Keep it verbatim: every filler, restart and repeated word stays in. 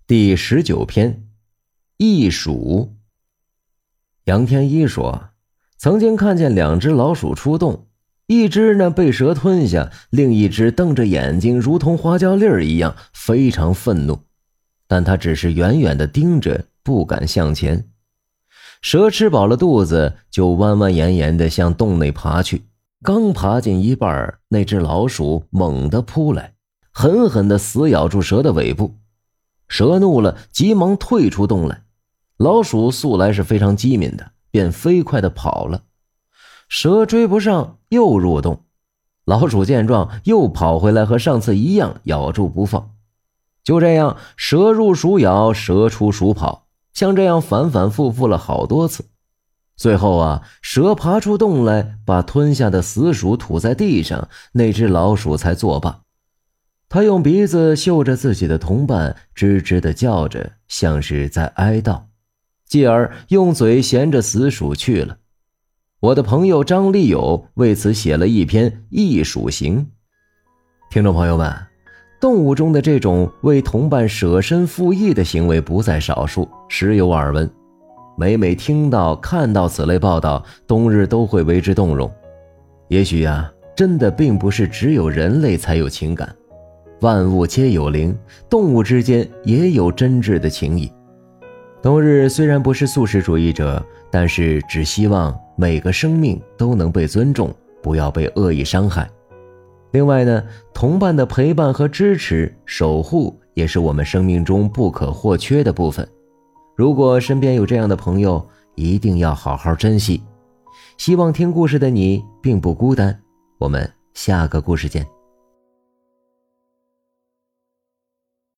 第十九篇，异鼠。杨天一说，曾经看见两只老鼠出洞，一只呢被蛇吞下，另一只瞪着眼睛如同花椒粒儿一样，非常愤怒，但他只是远远地盯着，不敢向前。蛇吃饱了肚子，就弯弯延延地向洞内爬去，刚爬进一半，那只老鼠猛地扑来，狠狠地死咬住蛇的尾部。蛇怒了，急忙退出洞来。老鼠素来是非常机敏的，便飞快地跑了。蛇追不上，又入洞。老鼠见状，又跑回来，和上次一样，咬住不放。就这样，蛇入鼠咬，蛇出鼠跑，像这样反反复复了好多次。最后啊，蛇爬出洞来，把吞下的死鼠吐在地上，那只老鼠才作罢。他用鼻子嗅着自己的同伴，吱吱地叫着，像是在哀悼，继而用嘴衔着死鼠去了。我的朋友张立友为此写了一篇《异鼠行》。听众朋友们，动物中的这种为同伴舍身赴义的行为不在少数，时有耳闻。每每听到看到此类报道，冬日都会为之动容。也许啊，真的并不是只有人类才有情感，万物皆有灵，动物之间也有真挚的情谊。冬日虽然不是素食主义者，但是只希望每个生命都能被尊重，不要被恶意伤害。另外呢，同伴的陪伴和支持、守护也是我们生命中不可或缺的部分。如果身边有这样的朋友，一定要好好珍惜。希望听故事的你并不孤单，我们下个故事见。